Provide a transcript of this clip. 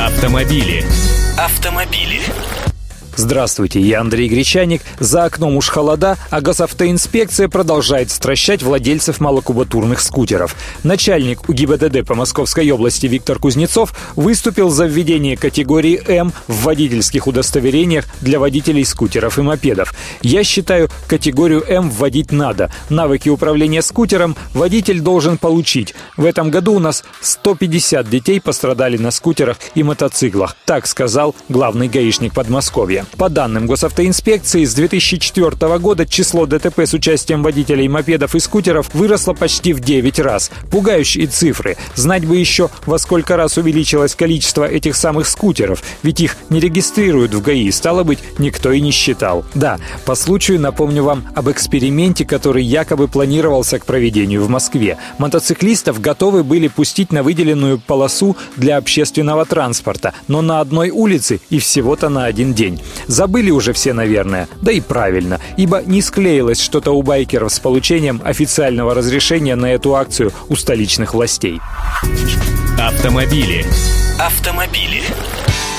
Автомобили. Здравствуйте, я Андрей Гречаник. За окном уж холода, а госавтоинспекция продолжает стращать владельцев малокубатурных скутеров. Начальник УГИБДД по Московской области Виктор Кузнецов выступил за введение категории М в водительских удостоверениях для водителей скутеров и мопедов. Я считаю, категорию М вводить надо. Навыки управления скутером водитель должен получить. В этом году у нас 150 детей пострадали на скутерах и мотоциклах. Так сказал главный гаишник Подмосковья. По данным госавтоинспекции, с 2004 года число ДТП с участием водителей мопедов и скутеров выросло почти в 9 раз. Пугающие цифры. Знать бы еще, во сколько раз увеличилось количество этих самых скутеров, ведь их не регистрируют в ГАИ, стало быть, никто и не считал. Да, по случаю напомню вам об эксперименте, который якобы планировался к проведению в Москве. Мотоциклистов готовы были пустить на выделенную полосу для общественного транспорта, но на одной улице и всего-то на один день. Забыли уже все, наверное. Да и правильно, ибо не склеилось что-то у байкеров с получением официального разрешения на эту акцию у столичных властей. Автомобили.